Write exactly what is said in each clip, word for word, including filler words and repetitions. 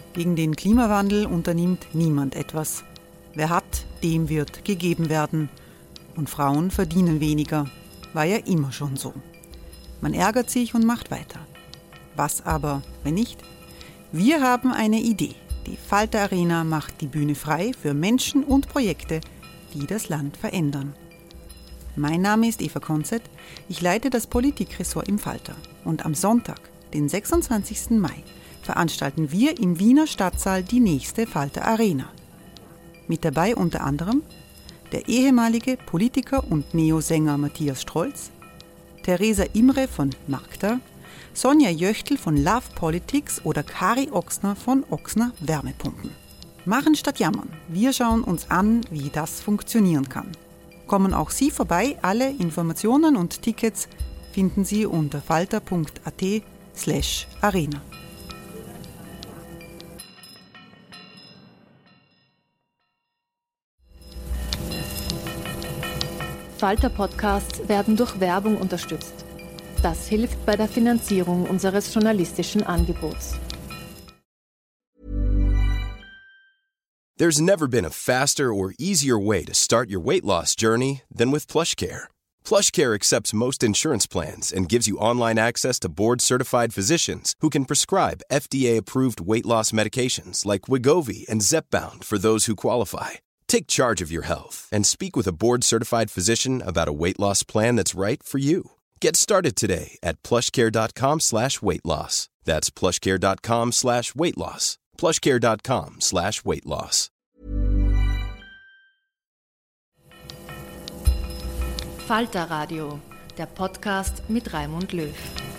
Gegen den Klimawandel unternimmt niemand etwas. Wer hat, dem wird gegeben werden. Und Frauen verdienen weniger. War ja immer schon so. Man ärgert sich und macht weiter. Was aber, wenn nicht? Wir haben eine Idee. Die Falter Arena macht die Bühne frei für Menschen und Projekte, die das Land verändern. Mein Name ist Eva Konzett. Ich leite das Politikressort im Falter. Und am Sonntag, den sechsundzwanzigsten Mai, veranstalten wir im Wiener Stadtsaal die nächste Falter Arena. Mit dabei unter anderem der ehemalige Politiker und Neosänger Matthias Strolz, Theresa Imre von Magda, Sonja Jöchtl von Love Politics oder Kari Ochsner von Ochsner Wärmepumpen. Machen statt jammern. Wir schauen uns an, wie das funktionieren kann. Kommen auch Sie vorbei. Alle Informationen und Tickets finden Sie unter falter punkt at slash arena. Falter-Podcasts werden durch Werbung unterstützt. Das hilft bei der Finanzierung unseres journalistischen Angebots. There's never been a faster or easier way to start your weight loss journey than with PlushCare. PlushCare accepts most insurance plans and gives you online access to board-certified physicians who can prescribe F D A-approved weight loss medications like Wegovy and Zepbound for those who qualify. Take charge of your health and speak with a board-certified physician about a weight loss plan that's right for you. Get started today at plushcare.com slash weight loss. That's plushcare.com slash weight loss. plushcare.com slash weight loss. Falter Radio, der Podcast mit Raimund Löw.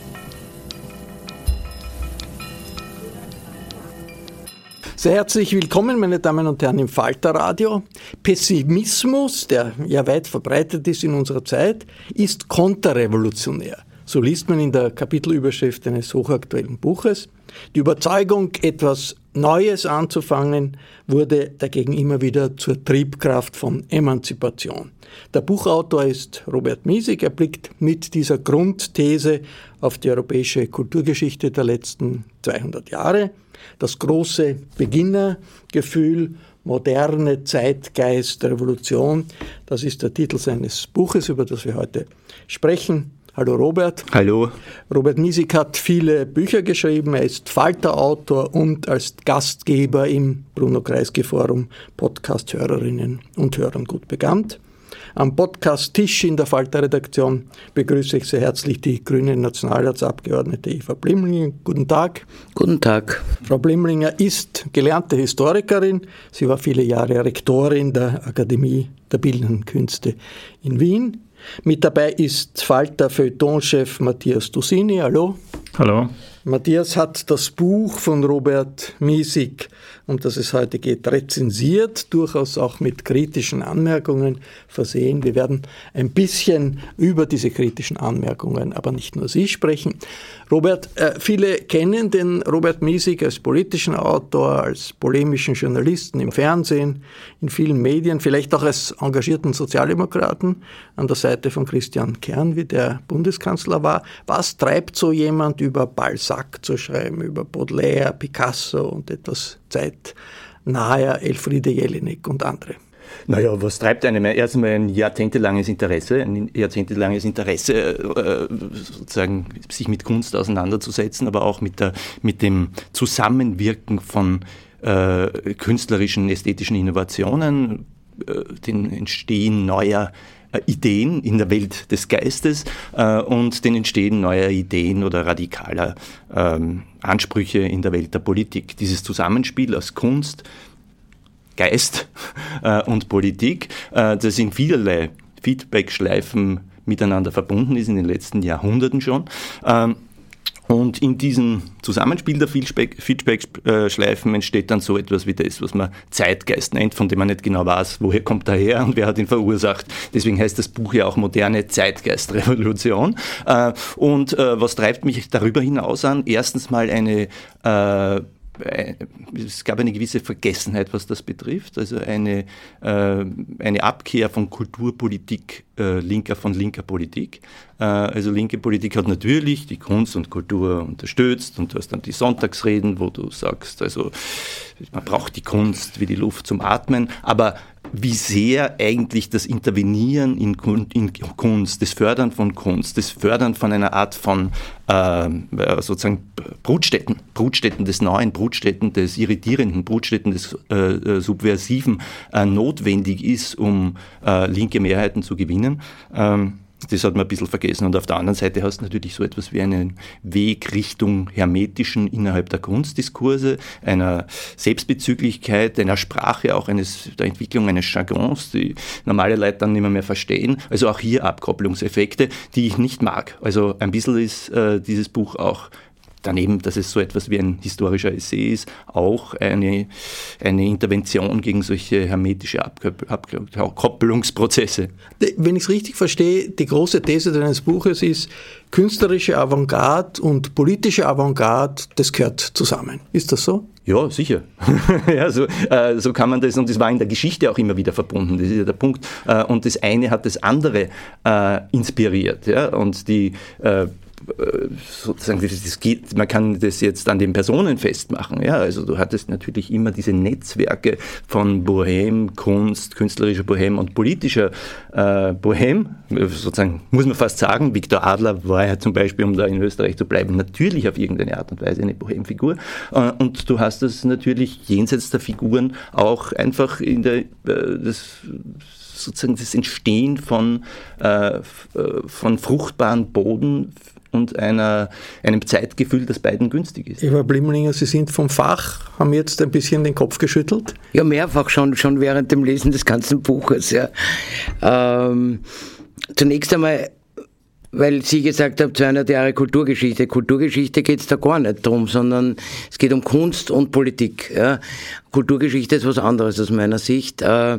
Sehr herzlich willkommen, meine Damen und Herren, im Falter Radio. Pessimismus, der ja weit verbreitet ist in unserer Zeit, ist konterrevolutionär. So liest man in der Kapitelüberschrift eines hochaktuellen Buches. Die Überzeugung, etwas Neues anzufangen, wurde dagegen immer wieder zur Triebkraft von Emanzipation. Der Buchautor ist Robert Miesig. Er blickt mit dieser Grundthese auf die europäische Kulturgeschichte der letzten zweihundert Jahre. Das große Beginnergefühl, moderne Zeitgeist, Revolution, das ist der Titel seines Buches, über das wir heute sprechen. Hallo Robert. Hallo. Robert Miesig hat viele Bücher geschrieben, er ist Falter-Autor und als Gastgeber im Bruno Kreisky Forum Podcast-Hörerinnen und Hörern gut bekannt. Am Podcast-Tisch in der Falter-Redaktion begrüße ich sehr herzlich die grüne Nationalratsabgeordnete Eva Blimlinger. Guten Tag. Guten Tag. Frau Blimlinger ist gelernte Historikerin. Sie war viele Jahre Rektorin der Akademie der Bildenden Künste in Wien. Mit dabei ist Falter-Feuilleton-Chef Matthias Dusini. Hallo. Hallo. Matthias hat das Buch von Robert Miesig, um das es heute geht, rezensiert, durchaus auch mit kritischen Anmerkungen versehen. Wir werden ein bisschen über diese kritischen Anmerkungen, aber nicht nur Sie sprechen. Robert, äh, viele kennen den Robert Miesig als politischen Autor, als polemischen Journalisten im Fernsehen, in vielen Medien, vielleicht auch als engagierten Sozialdemokraten an der Seite von Christian Kern, wie der Bundeskanzler war. Was treibt so jemand über Balzac zu schreiben, über Baudelaire, Picasso und etwas zeitnaher Elfriede Jelinek und andere? Naja, was treibt einem? Erst einmal ein jahrzehntelanges Interesse, ein jahrzehntelanges Interesse, äh, sozusagen sich mit Kunst auseinanderzusetzen, aber auch mit, der, mit dem Zusammenwirken von äh, künstlerischen, ästhetischen Innovationen, äh, dem Entstehen neuer Ideen in der Welt des Geistes äh, und den Entstehen neuer Ideen oder radikaler ähm, Ansprüche in der Welt der Politik. Dieses Zusammenspiel aus Kunst, Geist äh, und Politik, äh, das in vielerlei Feedback-Schleifen miteinander verbunden ist, in den letzten Jahrhunderten schon. Ähm, Und in diesem Zusammenspiel der Feedback-Schleifen entsteht dann so etwas wie das, was man Zeitgeist nennt, von dem man nicht genau weiß, woher kommt er her und wer hat ihn verursacht. Deswegen heißt das Buch ja auch moderne Zeitgeistrevolution. Und was treibt mich darüber hinaus an? Erstens mal eine es gab eine gewisse Vergessenheit, was das betrifft, also eine, äh, eine Abkehr von Kulturpolitik äh, linker von linker Politik. Äh, also linke Politik hat natürlich die Kunst und Kultur unterstützt und du hast dann die Sonntagsreden, wo du sagst, also man braucht die Kunst wie die Luft zum Atmen, aber wie sehr eigentlich das Intervenieren in Kunst, das Fördern von Kunst, das Fördern von einer Art von äh, sozusagen Brutstätten, Brutstätten des Neuen, Brutstätten des Irritierenden, Brutstätten des äh, Subversiven äh, notwendig ist, um äh, linke Mehrheiten zu gewinnen. Ähm, Das hat man ein bisschen vergessen. Und auf der anderen Seite hast du natürlich so etwas wie einen Weg Richtung Hermetischen innerhalb der Kunstdiskurse, einer Selbstbezüglichkeit, einer Sprache, auch eines, der Entwicklung eines Jargons, die normale Leute dann nicht mehr, mehr verstehen. Also auch hier Abkopplungseffekte, die ich nicht mag. Also ein bisschen ist äh, dieses Buch auch daneben, dass es so etwas wie ein historischer Essay ist, auch eine, eine Intervention gegen solche hermetische Abkopplungsprozesse. Wenn ich es richtig verstehe, die große These deines Buches ist, künstlerische Avantgarde und politische Avantgarde, das gehört zusammen. Ist das so? Ja, sicher. ja, so, äh, so kann man das, und das war in der Geschichte auch immer wieder verbunden, das ist ja der Punkt. Äh, und das eine hat das andere äh, inspiriert. Ja? Und die äh, sozusagen, das geht, man kann das jetzt an den Personen festmachen. Ja, also du hattest natürlich immer diese Netzwerke von Bohème, Kunst, künstlerischer Bohème und politischer äh, Bohème. Sozusagen muss man fast sagen, Viktor Adler war ja zum Beispiel, um da in Österreich zu bleiben, natürlich auf irgendeine Art und Weise eine Bohème-Figur. Äh, und du hast das natürlich jenseits der Figuren auch einfach in der, äh, das sozusagen das Entstehen von, äh, von fruchtbaren Boden und einer, einem Zeitgefühl, das beiden günstig ist. Eva Blimlinger, Sie sind vom Fach, haben jetzt ein bisschen den Kopf geschüttelt? Ja, mehrfach schon, schon während dem Lesen des ganzen Buches. Ja. Ähm, zunächst einmal, weil Sie gesagt haben, zweihundert Jahre Kulturgeschichte. Kulturgeschichte geht es da gar nicht drum, sondern es geht um Kunst und Politik. Ja. Kulturgeschichte ist was anderes aus meiner Sicht. Äh,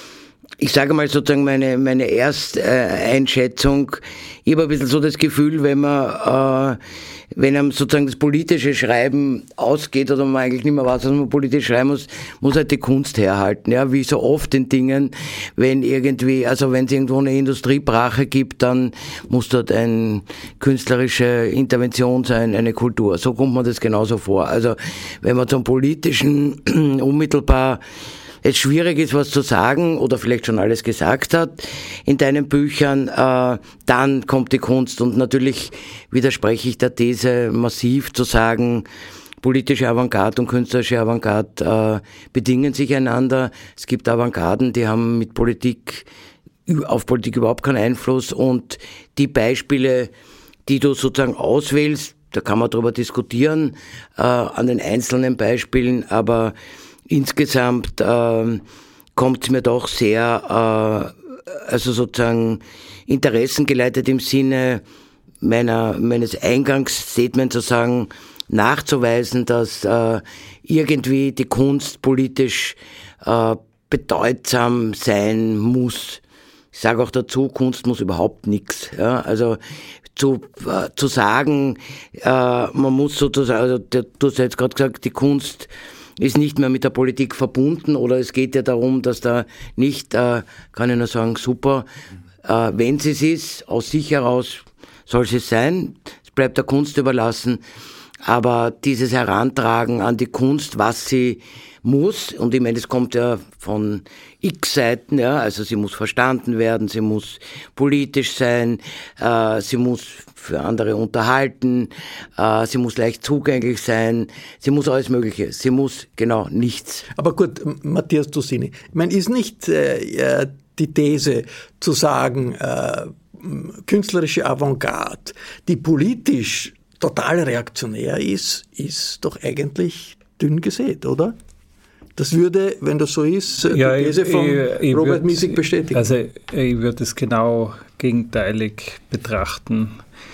Ich sage mal sozusagen meine, meine Ersteinschätzung. Ich habe ein bisschen so das Gefühl, wenn man, äh, wenn einem sozusagen das politische Schreiben ausgeht oder man eigentlich nicht mehr weiß, was man politisch schreiben muss, muss halt die Kunst herhalten. Ja, wie so oft in Dingen, wenn irgendwie, also wenn es irgendwo eine Industriebrache gibt, dann muss dort eine künstlerische Intervention sein, eine Kultur. So kommt man das genauso vor. Also wenn man zum Politischen unmittelbar es schwierig ist, was zu sagen oder vielleicht schon alles gesagt hat in deinen Büchern, äh, dann kommt die Kunst. Und natürlich widerspreche ich der These massiv zu sagen, politische Avantgarde und künstlerische Avantgarde äh, bedingen sich einander. Es gibt Avantgarden, die haben mit Politik, auf Politik überhaupt keinen Einfluss, und die Beispiele, die du sozusagen auswählst, da kann man drüber diskutieren, äh, an den einzelnen Beispielen, aber insgesamt äh, kommt es mir doch sehr, äh, also sozusagen interessengeleitet im Sinne meiner meines Eingangsstatements zu sagen, nachzuweisen, dass äh, irgendwie die Kunst politisch äh, bedeutsam sein muss. Ich sage auch dazu, Kunst muss überhaupt nichts. Ja? Also zu, äh, zu sagen, äh, man muss sozusagen, also du hast jetzt gerade gesagt, die Kunst ist nicht mehr mit der Politik verbunden, oder es geht ja darum, dass da nicht, äh, kann ich nur sagen, super, äh, wenn sie es ist, aus sich heraus soll sie es sein, es bleibt der Kunst überlassen, aber dieses Herantragen an die Kunst, was sie muss, und ich meine, das kommt ja von x Seiten, ja, also sie muss verstanden werden, sie muss politisch sein, äh, sie muss für andere unterhalten, äh, sie muss leicht zugänglich sein, sie muss alles Mögliche, sie muss genau nichts. Aber gut, Matthias Dosini, ich meine, ist nicht äh, die These zu sagen, äh, künstlerische Avantgarde, die politisch total reaktionär ist, ist doch eigentlich dünn gesät, oder? Das würde, wenn das so ist, die ja, These von ich, ich Robert Miesig bestätigen. Also ich würde es genau gegenteilig betrachten.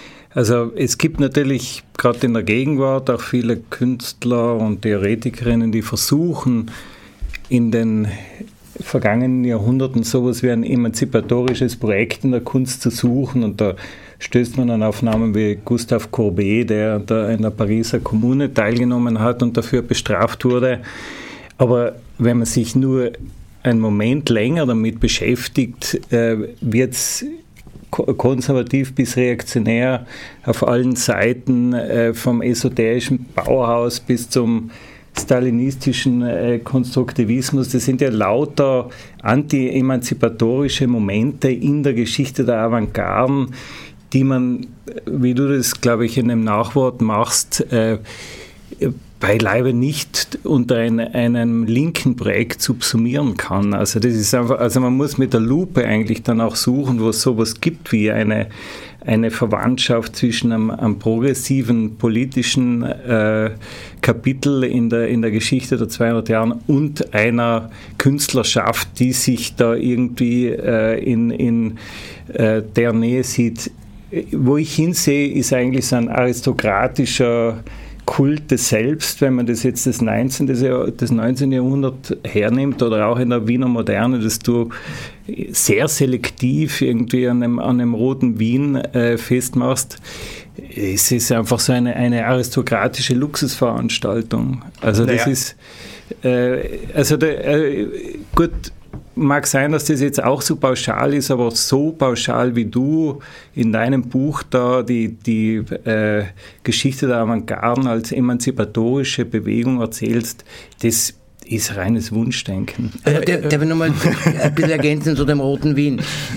Also es gibt natürlich gerade in der Gegenwart auch viele Künstler und Theoretikerinnen, die versuchen, in den vergangenen Jahrhunderten sowas wie ein emanzipatorisches Projekt in der Kunst zu suchen, und da stößt man dann auf Namen wie Gustave Courbet, der da in der Pariser Kommune teilgenommen hat und dafür bestraft wurde. Aber wenn man sich nur einen Moment länger damit beschäftigt, äh, wird es konservativ bis reaktionär auf allen Seiten, äh, vom esoterischen Bauhaus bis zum stalinistischen äh, Konstruktivismus. Das sind ja lauter anti-emanzipatorische Momente in der Geschichte der Avantgarden, die man, wie du das, glaube ich, in einem Nachwort machst, äh, beileibe nicht unter ein, einem linken Projekt subsumieren kann. Also das ist einfach, also man muss mit der Lupe eigentlich dann auch suchen, wo es sowas gibt wie eine, eine Verwandtschaft zwischen einem, einem progressiven politischen äh, Kapitel in der, in der Geschichte der zweihundert Jahren und einer Künstlerschaft, die sich da irgendwie äh, in, in äh, der Nähe sieht. Wo ich hinsehe, ist eigentlich so ein aristokratischer Kult des Selbst, wenn man das jetzt das neunzehnten. das neunzehnten. Jahrhundert hernimmt oder auch in der Wiener Moderne, dass du sehr selektiv irgendwie an einem, an einem roten Wien äh, festmachst. Es ist einfach so eine, eine aristokratische Luxusveranstaltung. Also das naja. ist äh, also der, äh, gut, mag sein, dass das jetzt auch so pauschal ist, aber so pauschal wie du in deinem Buch da die, die äh, Geschichte der Avantgarden als emanzipatorische Bewegung erzählst, das ist reines Wunschdenken. Also, darf ich nochmal ein bisschen ergänzen zu dem Roten Wien?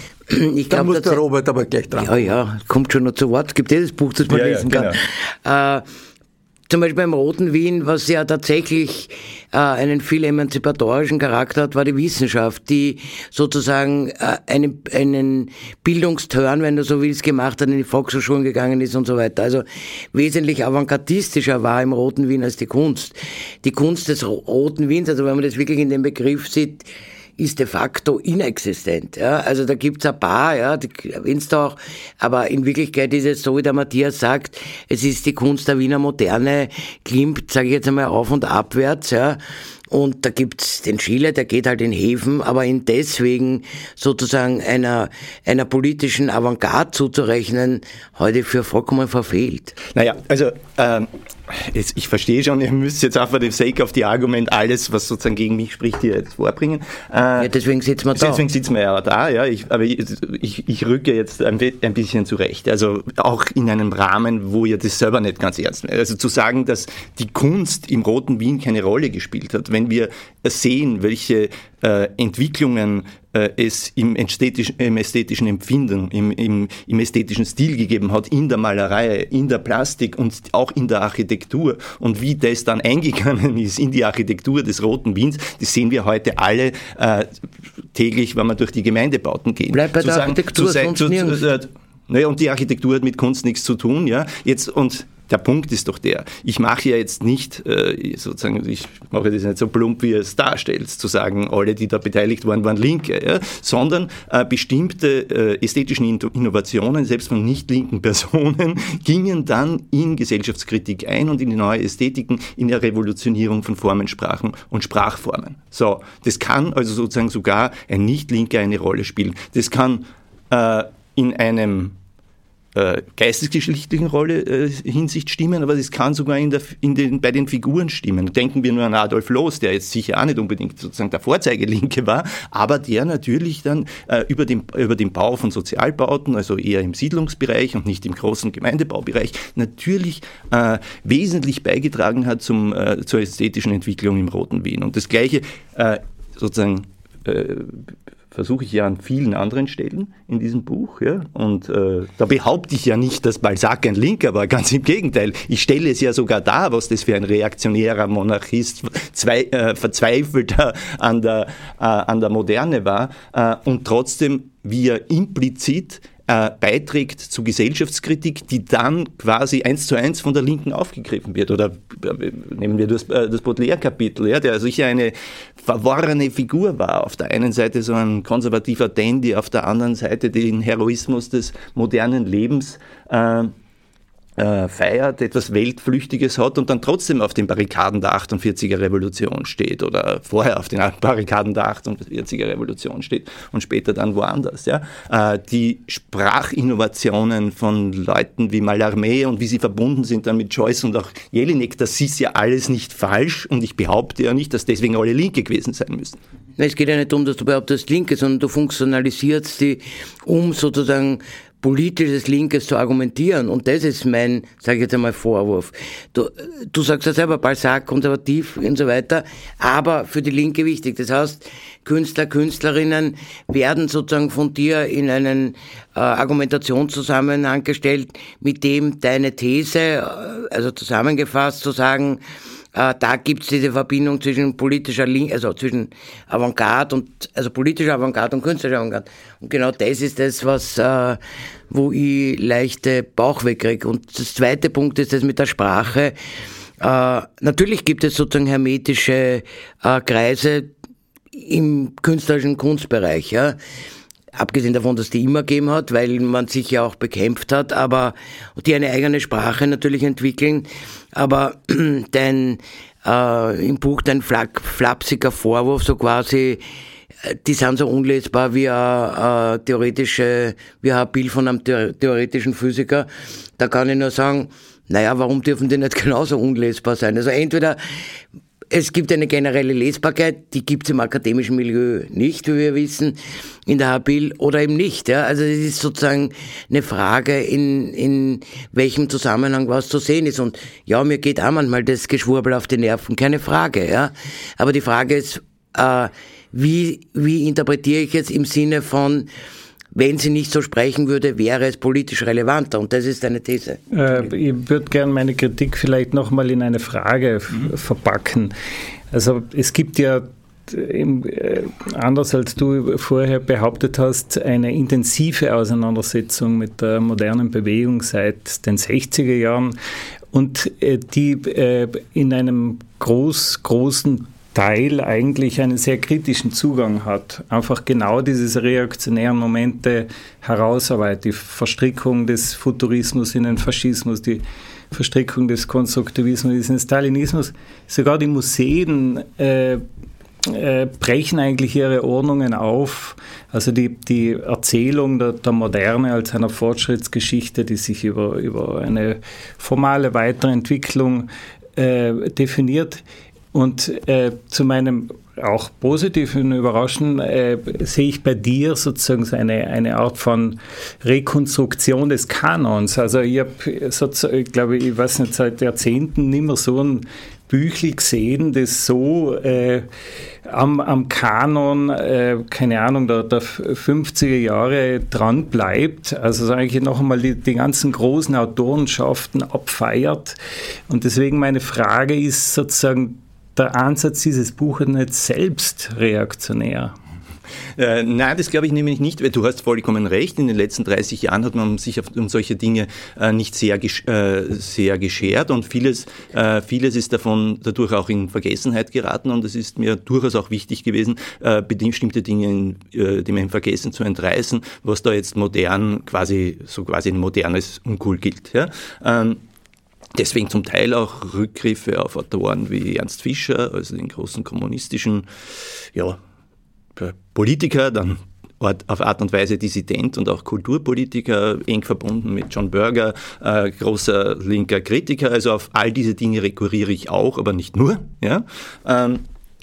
Ich da muss der Robert aber gleich dran. Ja, ja, kommt schon noch zu Wort. Es gibt jedes Buch, das man ja, lesen ja, genau. kann. Äh, Zum Beispiel beim Roten Wien, was ja tatsächlich äh, einen viel emanzipatorischen Charakter hat, war die Wissenschaft, die sozusagen äh, einen, einen Bildungsturn, wenn du so willst, gemacht hat, in die Volkshochschulen gegangen ist und so weiter. Also wesentlich avantgardistischer war im Roten Wien als die Kunst. Die Kunst des Roten Wiens, also wenn man das wirklich in dem Begriff sieht, ist de facto inexistent. Ja? Also da gibt's ein paar, ja, die erwähnst du auch, aber in Wirklichkeit ist es so, wie der Matthias sagt, es ist die Kunst der Wiener Moderne, klimmt, sage ich jetzt einmal, auf und abwärts, ja. Und da gibt's den Schiele, der geht halt in Häfen, aber ihn deswegen sozusagen einer, einer politischen Avantgarde zuzurechnen, heute für vollkommen verfehlt. Naja, also, ähm, jetzt, ich verstehe schon, ihr müsst jetzt auch for the sake of the argument alles, was sozusagen gegen mich spricht, hier jetzt vorbringen. Äh, ja, deswegen sitzen wir da. Deswegen sitzen wir ja da, ja. Ich, aber ich, ich, ich rücke jetzt ein, ein bisschen zurecht. Also auch in einem Rahmen, wo ihr das selber nicht ganz ernst nehmt. Also zu sagen, dass die Kunst im Roten Wien keine Rolle gespielt hat, wenn wir sehen, welche äh, Entwicklungen äh, es im ästhetischen, im ästhetischen Empfinden, im, im, im ästhetischen Stil gegeben hat, in der Malerei, in der Plastik und auch in der Architektur und wie das dann eingegangen ist in die Architektur des Roten Wiens, das sehen wir heute alle äh, täglich, wenn wir durch die Gemeindebauten gehen. Bleib bei zu der sagen, Architektur, zu sein, sonst zu, zu, äh, naja, und die Architektur hat mit Kunst nichts zu tun, ja. Jetzt und der Punkt ist doch der, ich mache ja jetzt nicht, äh, sozusagen, ich mache das nicht so plump, wie ihr es darstellt, zu sagen, alle, die da beteiligt waren, waren Linke, ja, sondern äh, bestimmte äh, ästhetischen Innovationen, selbst von nicht linken Personen, gingen dann in Gesellschaftskritik ein und in die neue Ästhetiken, in der Revolutionierung von Formensprachen und Sprachformen. So, das kann also sozusagen sogar ein Nicht-Linker eine Rolle spielen. Das kann äh, in einem Äh, geistesgeschichtlichen Rolle äh, Hinsicht stimmen, aber das kann sogar in der, in den, bei den Figuren stimmen. Denken wir nur an Adolf Loos, der jetzt sicher auch nicht unbedingt sozusagen der Vorzeigelinke war, aber der natürlich dann äh, über, den, über den Bau von Sozialbauten, also eher im Siedlungsbereich und nicht im großen Gemeindebaubereich, natürlich äh, wesentlich beigetragen hat zum, äh, zur ästhetischen Entwicklung im Roten Wien. Und das Gleiche äh, sozusagen äh, versuche ich ja an vielen anderen Stellen in diesem Buch. Ja? Und äh, da behaupte ich ja nicht, dass Balzac ein Linker war, ganz im Gegenteil. Ich stelle es ja sogar dar, was das für ein reaktionärer Monarchist, zwei, äh, verzweifelter an der, äh, an der Moderne war äh, und trotzdem, wie er implizit äh, beiträgt zu Gesellschaftskritik, die dann quasi eins zu eins von der Linken aufgegriffen wird. Oder äh, nehmen wir das, äh, das Baudelaire-Kapitel, ja, der sicher eine verworrene Figur war. Auf der einen Seite so ein konservativer Dandy, auf der anderen Seite den Heroismus des modernen Lebens äh, äh, feiert, etwas Weltflüchtiges hat und dann trotzdem auf den Barrikaden der achtundvierziger Revolution steht oder vorher auf den Barrikaden der achtundvierziger Revolution steht und später dann woanders. Ja? Äh, die Sprachinnovationen von Leuten wie Mallarmé und wie sie verbunden sind dann mit Joyce und auch Jelinek, das ist ja alles nicht falsch und ich behaupte ja nicht, dass deswegen alle Linke gewesen sein müssen. Es geht ja nicht darum, dass du behauptest Linke, sondern du funktionalisierst die, um sozusagen politisches Linkes zu argumentieren. Und das ist mein, sage ich jetzt einmal, Vorwurf. Du, du sagst ja selber, Balzac, konservativ und so weiter, aber für die Linke wichtig. Das heißt, Künstler, Künstlerinnen werden sozusagen von dir in einen äh, Argumentationszusammenhang gestellt, mit dem deine These, also zusammengefasst zu sagen, Uh, da gibt's diese Verbindung zwischen politischer Link, also zwischen Avantgarde und, also politischer Avantgarde und künstlerischer Avantgarde. Und genau das ist das, was, uh, wo ich leichte Bauchweh kriege. Und das zweite Punkt ist das mit der Sprache. Uh, natürlich gibt es sozusagen hermetische uh, Kreise im künstlerischen Kunstbereich, ja. Abgesehen davon, dass die immer gegeben hat, weil man sich ja auch bekämpft hat, aber die eine eigene Sprache natürlich entwickeln. Aber dein äh, im Buch dein flack, flapsiger Vorwurf, so quasi, die sind so unlesbar wie ein, äh, theoretische, wie ein Bild von einem theoretischen Physiker. Da kann ich nur sagen, naja, warum dürfen die nicht genauso unlesbar sein? Also entweder es gibt eine generelle Lesbarkeit, die gibt es im akademischen Milieu nicht, wie wir wissen, in der Habil oder eben nicht. Ja? Also es ist sozusagen eine Frage, in, in welchem Zusammenhang was zu sehen ist. Und ja, mir geht auch manchmal das Geschwurbel auf die Nerven, keine Frage. Ja? Aber die Frage ist, äh, wie, wie interpretiere ich jetzt im Sinne von, wenn sie nicht so sprechen würde, wäre es politisch relevanter. Und das ist eine These. Äh, ich würde gerne meine Kritik vielleicht nochmal in eine Frage mhm. verpacken. Also es gibt ja, äh, anders als du vorher behauptet hast, eine intensive Auseinandersetzung mit der modernen Bewegung seit den sechziger Jahren und äh, die äh, in einem groß, großen Teil eigentlich einen sehr kritischen Zugang hat. Einfach genau diese reaktionären Momente herausarbeitet. Die Verstrickung des Futurismus in den Faschismus, die Verstrickung des Konstruktivismus in den Stalinismus. Sogar die Museen äh, äh, brechen eigentlich ihre Ordnungen auf. Also die, die Erzählung der, der Moderne als einer Fortschrittsgeschichte, die sich über, über eine formale Weiterentwicklung äh, definiert. Und äh, zu meinem auch positiven Überraschen äh, sehe ich bei dir sozusagen so eine, eine Art von Rekonstruktion des Kanons. Also ich habe, ich glaube, ich weiß nicht, seit Jahrzehnten nicht mehr so ein Büchel gesehen, das so äh, am, am Kanon, äh, keine Ahnung, der, der fünfziger Jahre dran bleibt. Also eigentlich noch einmal die, die ganzen großen Autorenschaften abfeiert. Und deswegen meine Frage ist sozusagen, der Ansatz dieses Buches nicht selbst reaktionär? Äh, nein, das glaube ich nämlich nicht, weil du hast vollkommen recht. In den letzten dreißig Jahren hat man sich auf, um solche Dinge äh, nicht sehr, gesch- äh, sehr geschert und vieles, äh, vieles ist davon dadurch auch in Vergessenheit geraten und es ist mir durchaus auch wichtig gewesen, äh, bestimmte Dinge, in, äh, die man im Vergessen zu entreißen, was da jetzt modern quasi, so quasi ein modernes Uncool gilt. Ja? Ähm, Deswegen zum Teil auch Rückgriffe auf Autoren wie Ernst Fischer, also den großen kommunistischen ja, Politiker, dann auf Art und Weise Dissident und auch Kulturpolitiker, eng verbunden mit John Berger, äh, großer linker Kritiker. Also auf all diese Dinge rekurriere ich auch, aber nicht nur. Ja. Ähm,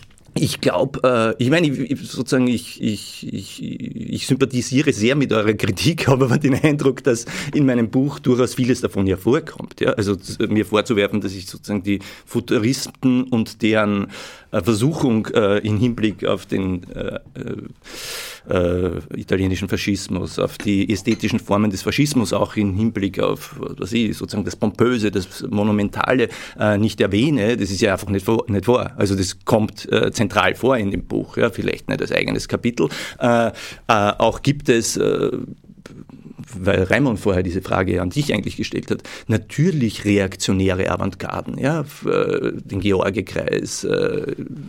Ich glaube, äh, ich meine, ich, sozusagen, ich, ich, ich, ich sympathisiere sehr mit eurer Kritik, habe aber den Eindruck, dass in meinem Buch durchaus vieles davon ja vorkommt. Ja? Also mir vorzuwerfen, dass ich sozusagen die Futuristen und deren äh, Versuchung äh, im Hinblick auf den äh, äh, italienischen Faschismus, auf die ästhetischen Formen des Faschismus, auch im Hinblick auf was ich, sozusagen das Pompöse, das Monumentale äh, nicht erwähne, das ist ja einfach nicht vor. Nicht vor. Also das kommt äh, zentral vor in dem Buch, ja, vielleicht nicht als eigenes Kapitel. Äh, äh, auch gibt es, äh, weil Raimund vorher diese Frage an dich eigentlich gestellt hat, natürlich reaktionäre Avantgarden, ja, den George-Kreis, äh,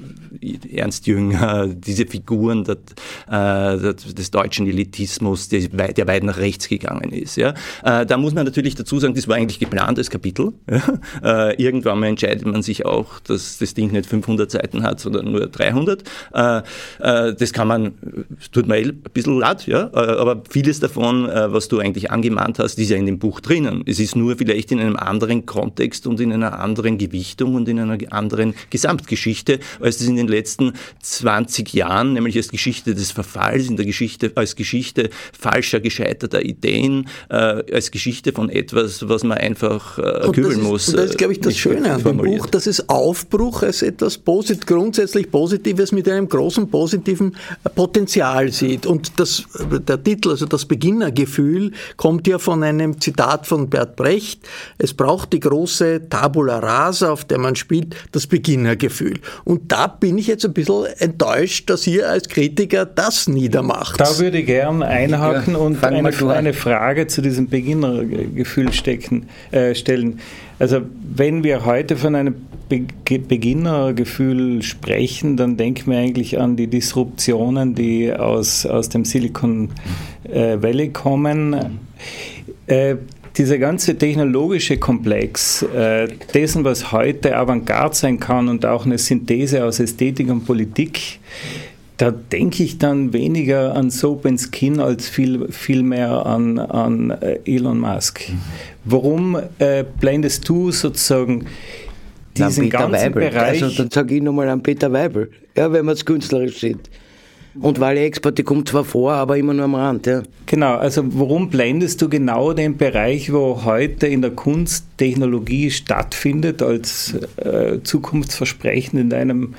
Ernst Jünger, diese Figuren der, äh, des deutschen Elitismus, der, der weit nach rechts gegangen ist. Ja. Äh, da muss man natürlich dazu sagen, das war eigentlich geplantes Kapitel. Ja. Äh, irgendwann mal entscheidet man sich auch, dass das Ding nicht fünfhundert Seiten hat, sondern nur dreihundert. Äh, äh, das kann man, tut mir ein bisschen leid, ja, äh, aber vieles davon, äh, was du eigentlich angemahnt hast, ist ja in dem Buch drinnen. Es ist nur vielleicht in einem anderen Kontext und in einer anderen Gewichtung und in einer anderen Gesamtgeschichte, als das in den letzten zwanzig Jahren, nämlich als Geschichte des Verfalls, in der Geschichte, als Geschichte falscher, gescheiterter Ideen, äh, als Geschichte von etwas, was man einfach äh, kübeln ist, muss. Und das ist, glaube ich, das Schöne an dem Buch, dass es Aufbruch als etwas Posit- grundsätzlich Positives mit einem großen positiven Potenzial sieht. Und das, der Titel, also das Beginnergefühl, kommt ja von einem Zitat von Bert Brecht. Es braucht die große Tabula Rasa, auf der man spielt, das Beginnergefühl. Und da bin ich jetzt ein bisschen enttäuscht, dass ihr als Kritiker das niedermacht. Da würde ich gern einhaken ja, und eine, eine Frage zu diesem Beginnergefühl stecken, äh, stellen. Also wenn wir heute von einem Be- Beginnergefühl sprechen, dann denken wir eigentlich an die Disruptionen, die aus, aus dem Silicon Valley kommen. Äh, Dieser ganze technologische Komplex äh, dessen, was heute Avantgarde sein kann und auch eine Synthese aus Ästhetik und Politik, da denke ich dann weniger an Soap and Skin als viel, viel mehr an, an Elon Musk. Warum äh, blendest du sozusagen diesen Peter ganzen Weibel. Bereich... Also dann sage ich nochmal an Peter Weibel, ja, wenn wir es künstlerisch sieht. Und Wally Expert, die kommt zwar vor, aber immer nur am Rand. Ja. Genau, also warum blendest du genau den Bereich, wo heute in der Kunst Technologie stattfindet, als äh, zukunftsversprechend in deinem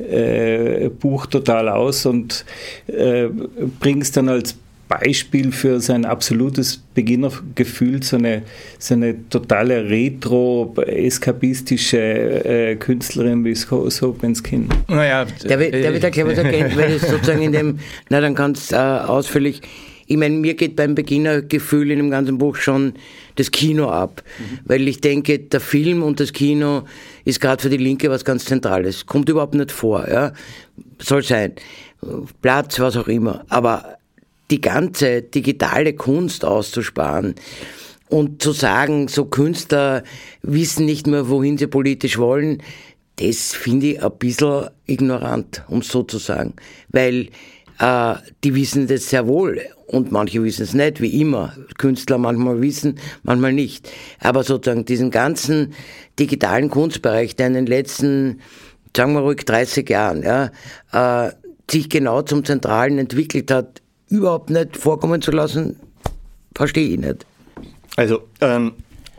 äh, Buch total aus und äh, bringst dann als Beispiel für sein absolutes Beginnergefühl, so eine, so eine totale retro-eskapistische äh, Künstlerin wie Soap and Skin. Naja, der wird, der wird erklären, was er kennt, weil es sozusagen in dem, na dann ganz äh, ausführlich, ich meine, mir geht beim Beginnergefühl in dem ganzen Buch schon das Kino ab, mhm. weil ich denke, der Film und das Kino ist gerade für die Linke was ganz Zentrales, kommt überhaupt nicht vor, ja, soll sein, Platz, was auch immer, aber die ganze digitale Kunst auszusparen und zu sagen, so Künstler wissen nicht mehr, wohin sie politisch wollen, das finde ich ein bisschen ignorant, um es so zu sagen. Weil äh, die wissen das sehr wohl und manche wissen es nicht, wie immer. Künstler manchmal wissen, manchmal nicht. Aber sozusagen diesen ganzen digitalen Kunstbereich, der in den letzten, sagen wir ruhig, dreißig Jahren ja, äh, sich genau zum Zentralen entwickelt hat, überhaupt nicht vorkommen zu lassen, verstehe ich nicht. Also, ähm,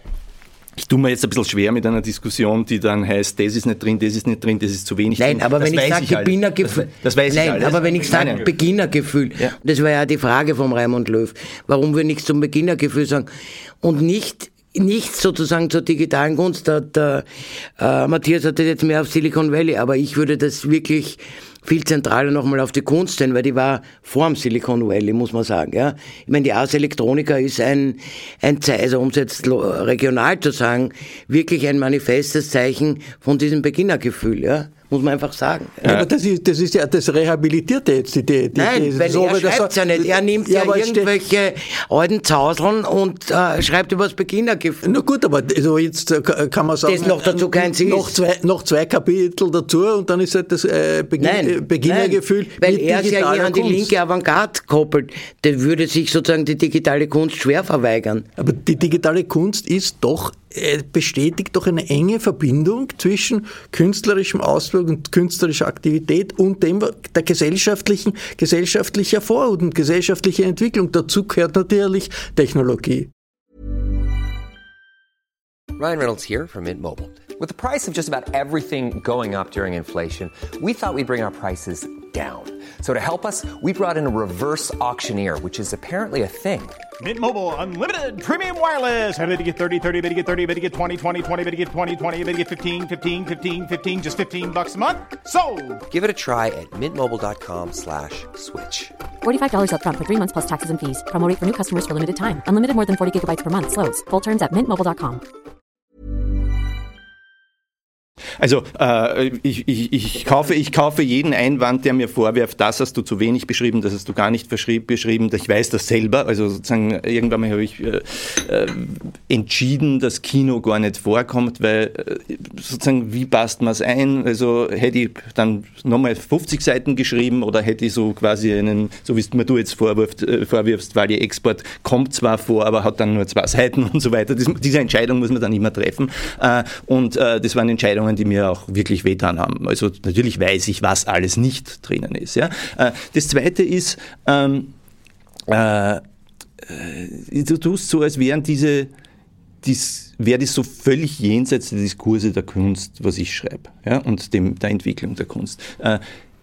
ich tue mir jetzt ein bisschen schwer mit einer Diskussion, die dann heißt, das ist nicht drin, das ist nicht drin, das ist zu wenig nein, drin. Aber das wenn ich sage Beginnergefühl, das, das weiß nein, ich alles. aber wenn ich sage Beginnergefühl, ja. Das war ja die Frage vom Raimund Löw, warum wir nichts zum Beginnergefühl sagen und nicht nichts sozusagen zur digitalen Kunst. Der, der äh, Matthias hat das jetzt mehr auf Silicon Valley, aber ich würde das wirklich viel zentraler nochmal auf die Kunst stellen, weil die war vor dem Silicon Valley, muss man sagen. Ja. Ich meine, die Ars Electronica ist ein, ein Zeichen, also um es jetzt regional zu sagen, wirklich ein manifestes Zeichen von diesem Beginnergefühl, ja. Muss man einfach sagen. Ja, aber das ist, das ist ja, das rehabilitiert jetzt die, die, die Nein, die, weil so, er schreibt ja nicht. Er nimmt ja, ja irgendwelche alten Zauseln und äh, schreibt über das Beginnergefühl. Na gut, aber also jetzt kann man sagen, das noch dazu kein Ziel noch zwei, noch zwei Kapitel dazu und dann ist halt das äh, Beginn, nein, Beginnergefühl. Nein, weil er es ja hier an die linke Avantgarde koppelt. Der würde sich sozusagen die digitale Kunst schwer verweigern. Aber die digitale Kunst ist doch bestätigt doch eine enge Verbindung zwischen künstlerischem Ausdruck und künstlerischer Aktivität und dem der gesellschaftlichen gesellschaftlicher Vor- und gesellschaftlicher Entwicklung. Dazu gehört natürlich Technologie. Ryan Reynolds here from Mint Mobile. With the price of just about everything going up during inflation, we thought we'd bring our prices down. So to help us, we brought in a reverse auctioneer, which is apparently a thing. Mint Mobile Unlimited Premium Wireless. How to get thirty, thirty, how to get thirty, how to get twenty, twenty, twenty, how to get twenty, twenty, how to get fifteen, fifteen, fifteen, fifteen, just fifteen bucks a month? Sold! Give it a try at mintmobile.com slash switch. forty-five dollars up front for three months plus taxes and fees. Promo rate for new customers for limited time. Unlimited more than forty gigabytes per month. Slows full terms at mint mobile dot com. Also äh, ich, ich, ich, kaufe, ich kaufe jeden Einwand, der mir vorwirft, das hast du zu wenig beschrieben, das hast du gar nicht beschrieben. Ich weiß das selber. Also sozusagen irgendwann mal habe ich äh, äh, entschieden, dass Kino gar nicht vorkommt, weil äh, sozusagen wie passt man es ein? Also hätte ich dann nochmal fünfzig Seiten geschrieben oder hätte ich so quasi einen, so wie es mir du jetzt vorwirft, äh, vorwirfst, weil die Export kommt zwar vor, aber hat dann nur zwei Seiten und so weiter. Das, diese Entscheidung muss man dann immer treffen. Äh, und äh, das waren Entscheidungen, die mir auch wirklich wehgetan haben. Also natürlich weiß ich, was alles nicht drinnen ist. Ja? Äh, das Zweite ist, ähm, äh, du tust so, als wären diese, dies, wäre das so völlig jenseits der Diskurse der Kunst, was ich schreibe, ja? Und dem, der Entwicklung der Kunst. Äh,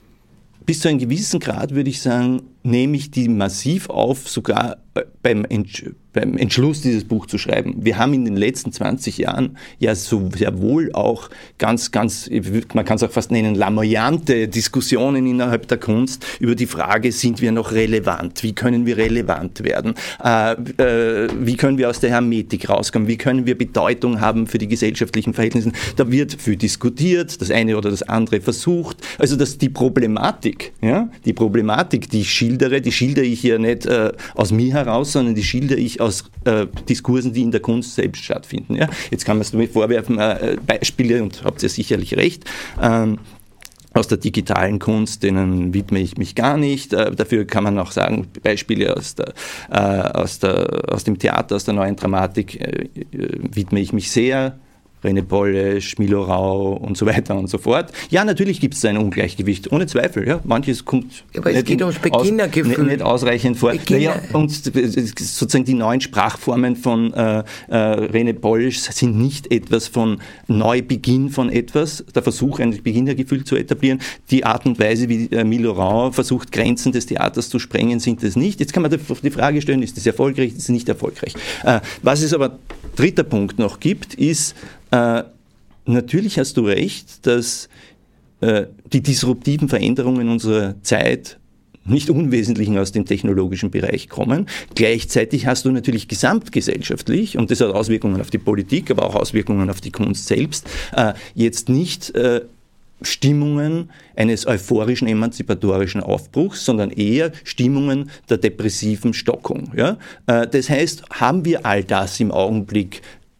bis zu einem gewissen Grad würde ich sagen, nehme ich die massiv auf, sogar beim, Entsch- beim Entschluss, dieses Buch zu schreiben. Wir haben in den letzten zwanzig Jahren ja so sehr wohl auch ganz, ganz, man kann es auch fast nennen, lamoyante Diskussionen innerhalb der Kunst über die Frage, sind wir noch relevant? Wie können wir relevant werden? Äh, äh, wie können wir aus der Hermetik rauskommen? Wie können wir Bedeutung haben für die gesellschaftlichen Verhältnisse? Da wird viel diskutiert, das eine oder das andere versucht. Also dass die Problematik, ja, die Problematik, die ich schildere, die schildere ich ja nicht äh, aus mir heraus, sondern die schildere ich aus äh, Diskursen, die in der Kunst selbst stattfinden. Ja? Jetzt kann man es mir vorwerfen, äh, Beispiele, und habt ihr sicherlich recht, ähm, aus der digitalen Kunst, denen widme ich mich gar nicht. Äh, dafür kann man auch sagen, Beispiele aus, der, äh, aus, der, aus dem Theater, aus der neuen Dramatik äh, äh, widme ich mich sehr. René Polish, Milo Rau und so weiter und so fort. Ja, natürlich gibt es ein Ungleichgewicht, ohne Zweifel. Ja. Manches kommt ja, aber es nicht, geht ums Beginnergefühl. Aus, nicht, nicht ausreichend vor. Naja, und sozusagen die neuen Sprachformen von äh, äh, René Polish sind nicht etwas von Neubeginn von etwas, der Versuch, ein Beginnergefühl zu etablieren. Die Art und Weise, wie äh, Milo Rau versucht, Grenzen des Theaters zu sprengen, sind das nicht. Jetzt kann man die Frage stellen, ist das erfolgreich, ist das nicht erfolgreich? Äh, was es aber, dritter Punkt noch gibt, ist, Äh, natürlich hast du recht, dass äh, die disruptiven Veränderungen unserer Zeit nicht unwesentlichen aus dem technologischen Bereich kommen. Gleichzeitig hast du natürlich gesamtgesellschaftlich, und das hat Auswirkungen auf die Politik, aber auch Auswirkungen auf die Kunst selbst, äh, jetzt nicht äh, Stimmungen eines euphorischen, emanzipatorischen Aufbruchs, sondern eher Stimmungen der depressiven Stockung. Ja? Äh, das heißt, haben wir all das im Augenblick,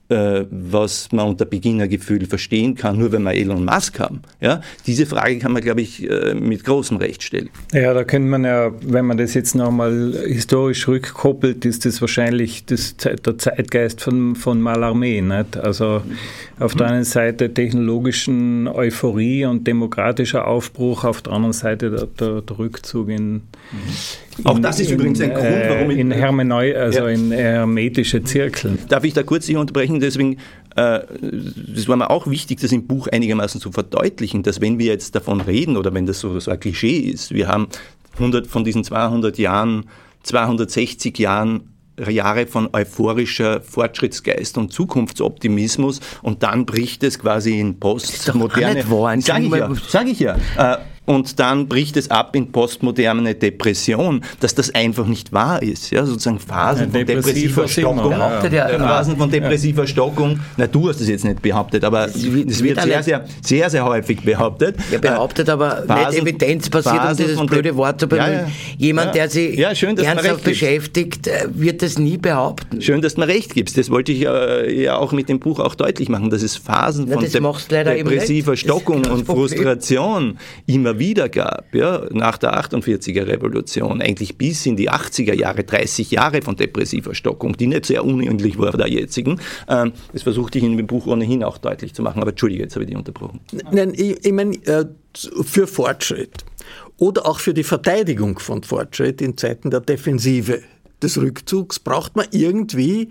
was man unter Beginnergefühl verstehen kann, nur wenn wir Elon Musk haben. Ja? Diese Frage kann man, glaube ich, mit großem Recht stellen. Ja, da könnte man ja, wenn man das jetzt nochmal historisch rückkoppelt, ist das wahrscheinlich das, der Zeitgeist von, von Mallarmé. Nicht? Also auf der einen Seite technologischen Euphorie und demokratischer Aufbruch, auf der anderen Seite der, der, der Rückzug in, in Auch das ist in, übrigens ein Grund, warum in, in, Hermeneu, also ja. in hermetische Zirkel. Darf ich da kurz hier unterbrechen? Deswegen, äh, das war mir auch wichtig, das im Buch einigermaßen zu verdeutlichen, dass wenn wir jetzt davon reden, oder wenn das so, so ein Klischee ist, wir haben hundert von diesen zweihundert Jahren, zweihundertsechzig Jahren Jahre von euphorischer Fortschrittsgeist und Zukunftsoptimismus, und dann bricht es quasi in postmoderne... Sag ich ja, sag ich ja. Äh, und dann bricht es ab in postmoderne Depression, dass das einfach nicht wahr ist. Ja, sozusagen Phasen von depressiver Stockung. Ja. Ja. Phasen von depressiver ja. Stockung. Na, du hast es jetzt nicht behauptet, aber es wird, es wird sehr, sehr, sehr, sehr häufig behauptet. Ja, behauptet, aber Phasen, nicht evidenzbasiert, um dieses blöde Wort zu benutzen. Ja, ja. Jemand, der sich ja, schön, ernsthaft beschäftigt, wird das nie behaupten. Schön, dass du mir recht gibst. Das wollte ich äh, ja auch mit dem Buch auch deutlich machen, dass es Phasen ja, von de- depressiver Stockung und Frustration immer wieder gab, ja, nach der achtundvierziger Revolution, eigentlich bis in die achtziger Jahre, dreißig Jahre von depressiver Stockung, die nicht sehr unähnlich war der jetzigen. Ähm, das versuchte ich in dem Buch ohnehin auch deutlich zu machen, aber Entschuldige, jetzt habe ich dich unterbrochen. Nein, ich, ich meine, äh, für Fortschritt oder auch für die Verteidigung von Fortschritt in Zeiten der Defensive, des Rückzugs, braucht man irgendwie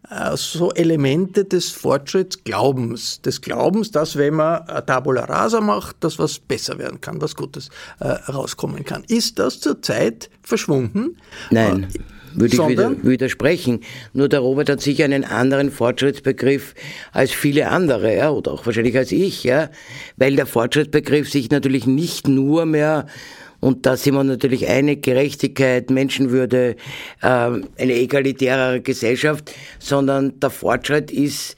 so Elemente des Fortschrittsglaubens, des Glaubens, dass wenn man Tabula Rasa macht, dass was besser werden kann, was Gutes äh, rauskommen kann. Ist das zurzeit verschwunden? Nein. Äh, Würde ich wieder, widersprechen. Nur der Robert hat sicher einen anderen Fortschrittsbegriff als viele andere, ja, oder auch wahrscheinlich als ich, ja, weil der Fortschrittsbegriff sich natürlich nicht nur mehr, und da sind wir natürlich einig, Gerechtigkeit, Menschenwürde, äh, eine egalitärere Gesellschaft, sondern der Fortschritt ist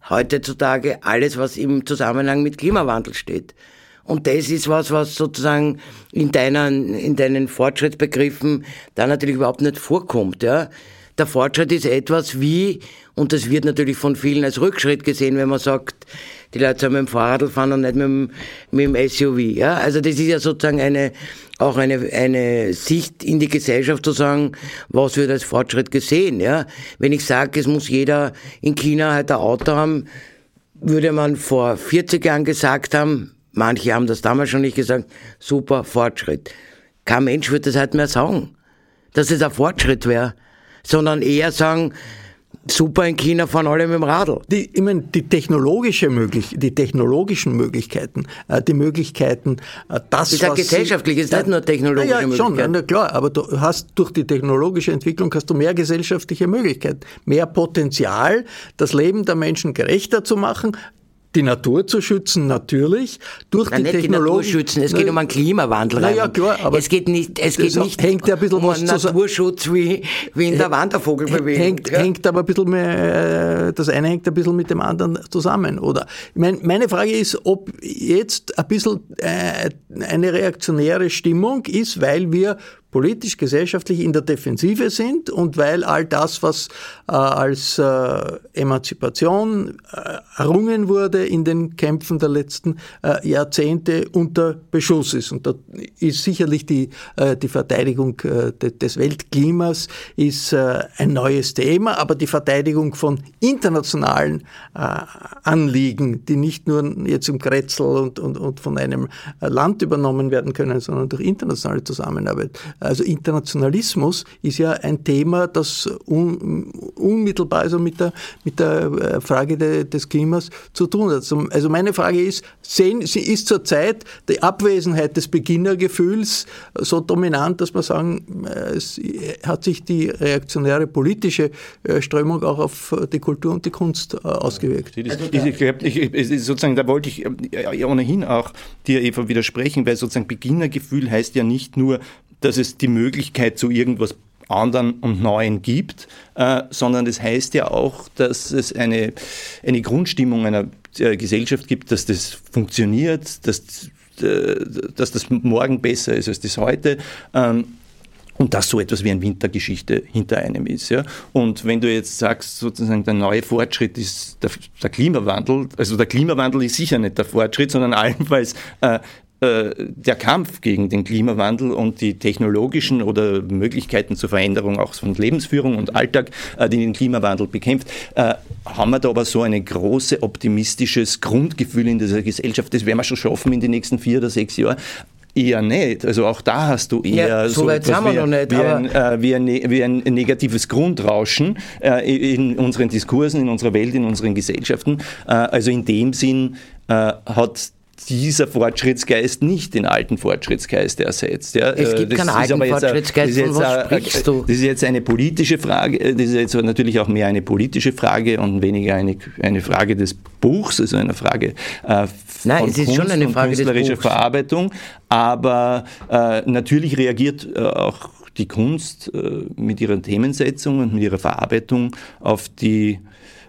heutzutage alles, was im Zusammenhang mit Klimawandel steht. Und das ist was, was sozusagen in deinen, in deinen Fortschrittsbegriffen da natürlich überhaupt nicht vorkommt, ja. Der Fortschritt ist etwas wie, und das wird natürlich von vielen als Rückschritt gesehen, wenn man sagt, die Leute sollen mit dem Fahrrad fahren und nicht mit dem, mit dem S U V, ja. Also das ist ja sozusagen eine, auch eine, eine Sicht in die Gesellschaft zu sagen, was wird als Fortschritt gesehen, ja. Wenn ich sage, es muss jeder in China halt ein Auto haben, würde man vor vierzig Jahren gesagt haben, manche haben das damals schon nicht gesagt, super Fortschritt. Kein Mensch würde das halt mehr sagen, dass es ein Fortschritt wäre, sondern eher sagen, super, in China fahren alle mit dem Radl. Die, ich meine, die technologische möglich, die technologischen Möglichkeiten, äh, die Möglichkeiten, äh, das, ist was... Ist ja gesellschaftlich, ist nicht nur technologische ja, ja, Möglichkeiten. Schon, na klar, aber du hast durch die technologische Entwicklung hast du mehr gesellschaftliche Möglichkeiten, mehr Potenzial, das Leben der Menschen gerechter zu machen, die Natur zu schützen, natürlich, durch Nein, die nicht Technologie. Die Natur schützen, es geht um einen Klimawandel. Na ja, klar, aber es geht nicht, es geht nicht hängt ja ein bisschen um was einen Naturschutz wie, wie in der Wandervogelbewegung. Hängt, ja. hängt aber ein bisschen mehr, das eine hängt ein bisschen mit dem anderen zusammen, oder? Ich meine, meine Frage ist, ob jetzt ein bisschen äh, eine reaktionäre Stimmung ist, weil wir politisch, gesellschaftlich in der Defensive sind und weil all das, was äh, als äh, Emanzipation äh, errungen wurde in den Kämpfen der letzten äh, Jahrzehnte, unter Beschuss ist. Und da ist sicherlich die, äh, die Verteidigung äh, de, des Weltklimas ist äh, ein neues Thema, aber die Verteidigung von internationalen äh, Anliegen, die nicht nur jetzt im Kretzel und, und, und von einem Land übernommen werden können, sondern durch internationale Zusammenarbeit. Also Internationalismus ist ja ein Thema, das un, unmittelbar also mit der, mit der Frage de, des Klimas zu tun hat. Also meine Frage ist, sehen, ist zurzeit die Abwesenheit des Beginnergefühls so dominant, dass man sagen, es hat sich die reaktionäre politische Strömung auch auf die Kultur und die Kunst ausgewirkt? Also ich glaube, ich, sozusagen, da wollte ich ohnehin auch dir, Eva, widersprechen, weil sozusagen Beginnergefühl heißt ja nicht nur, dass es die Möglichkeit zu irgendwas anderen und Neuen gibt, äh, sondern es heißt ja auch, dass es eine, eine Grundstimmung einer äh, Gesellschaft gibt, dass das funktioniert, dass, äh, dass das morgen besser ist als das heute. Ähm, Und dass so etwas wie eine Wintergeschichte hinter einem ist. Ja? Und wenn du jetzt sagst, sozusagen der neue Fortschritt ist der, der Klimawandel, also der Klimawandel ist sicher nicht der Fortschritt, sondern allenfalls äh, äh, der Kampf gegen den Klimawandel und die technologischen oder Möglichkeiten zur Veränderung auch von Lebensführung und Alltag, äh, die den Klimawandel bekämpft, äh, haben wir da aber so ein großes optimistisches Grundgefühl in dieser Gesellschaft, das werden wir schon schaffen in den nächsten vier oder sechs Jahren. Eher nicht. Also auch da hast du eher ja, so, so weit sind wir wie, noch nicht, wie, aber ein, äh, wie, ein, wie ein negatives Grundrauschen äh, in unseren Diskursen, in unserer Welt, in unseren Gesellschaften. Äh, also in dem Sinn äh, hat dieser Fortschrittsgeist nicht den alten Fortschrittsgeist ersetzt. Ja. Es gibt keinen alten Fortschrittsgeist, von was sprichst du? Das ist jetzt eine politische Frage, das ist jetzt natürlich auch mehr eine politische Frage und weniger eine, eine Frage des Buchs, also eine Frage äh, Nein, von es ist Kunst schon eine und Frage des künstlerischer Buchs. Verarbeitung, aber äh, natürlich reagiert äh, auch die Kunst äh, mit ihrer Themensetzung und mit ihrer Verarbeitung auf die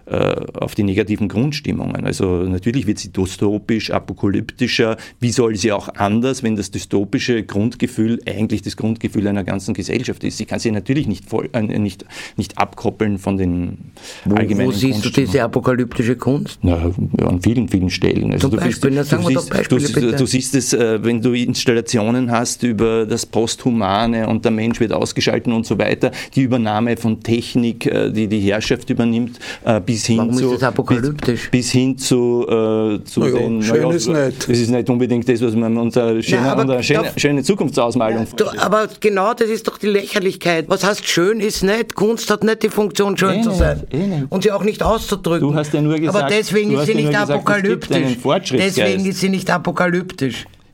auf die negativen Grundstimmungen. Also natürlich wird sie dystopisch, apokalyptischer. Wie soll sie auch anders, wenn das dystopische Grundgefühl eigentlich das Grundgefühl einer ganzen Gesellschaft ist? Sie kann sie natürlich nicht, voll, äh, nicht, nicht abkoppeln von den wo, allgemeinen Wo siehst du diese apokalyptische Kunst? Na, an vielen, vielen Stellen. Also Zum du Beispiel, bist, sagen du, wir siehst, doch Beispiele, du, bitte. du siehst es, wenn du Installationen hast über das Posthumane und der Mensch wird ausgeschaltet und so weiter, die Übernahme von Technik, die die Herrschaft übernimmt, bis hin Warum zu, ist das apokalyptisch? Bis, bis hin zu, äh, zu naja, den... schön naja, ist nicht. Das ist nicht unbedingt das, was man unter schöne, Na, unter schöne, da, schöne Zukunftsausmalung ja, du, aber genau das ist doch die Lächerlichkeit. Was heißt schön ist nicht? Kunst hat nicht die Funktion, schön eh zu nicht, sein. Eh nicht. Und sie auch nicht auszudrücken. Du hast ja nur gesagt, aber deswegen du ist hast sie ja nicht nur gesagt, es gibt einen apokalyptisch. Fortschrittsgeist. Deswegen ist sie nicht apokalyptisch.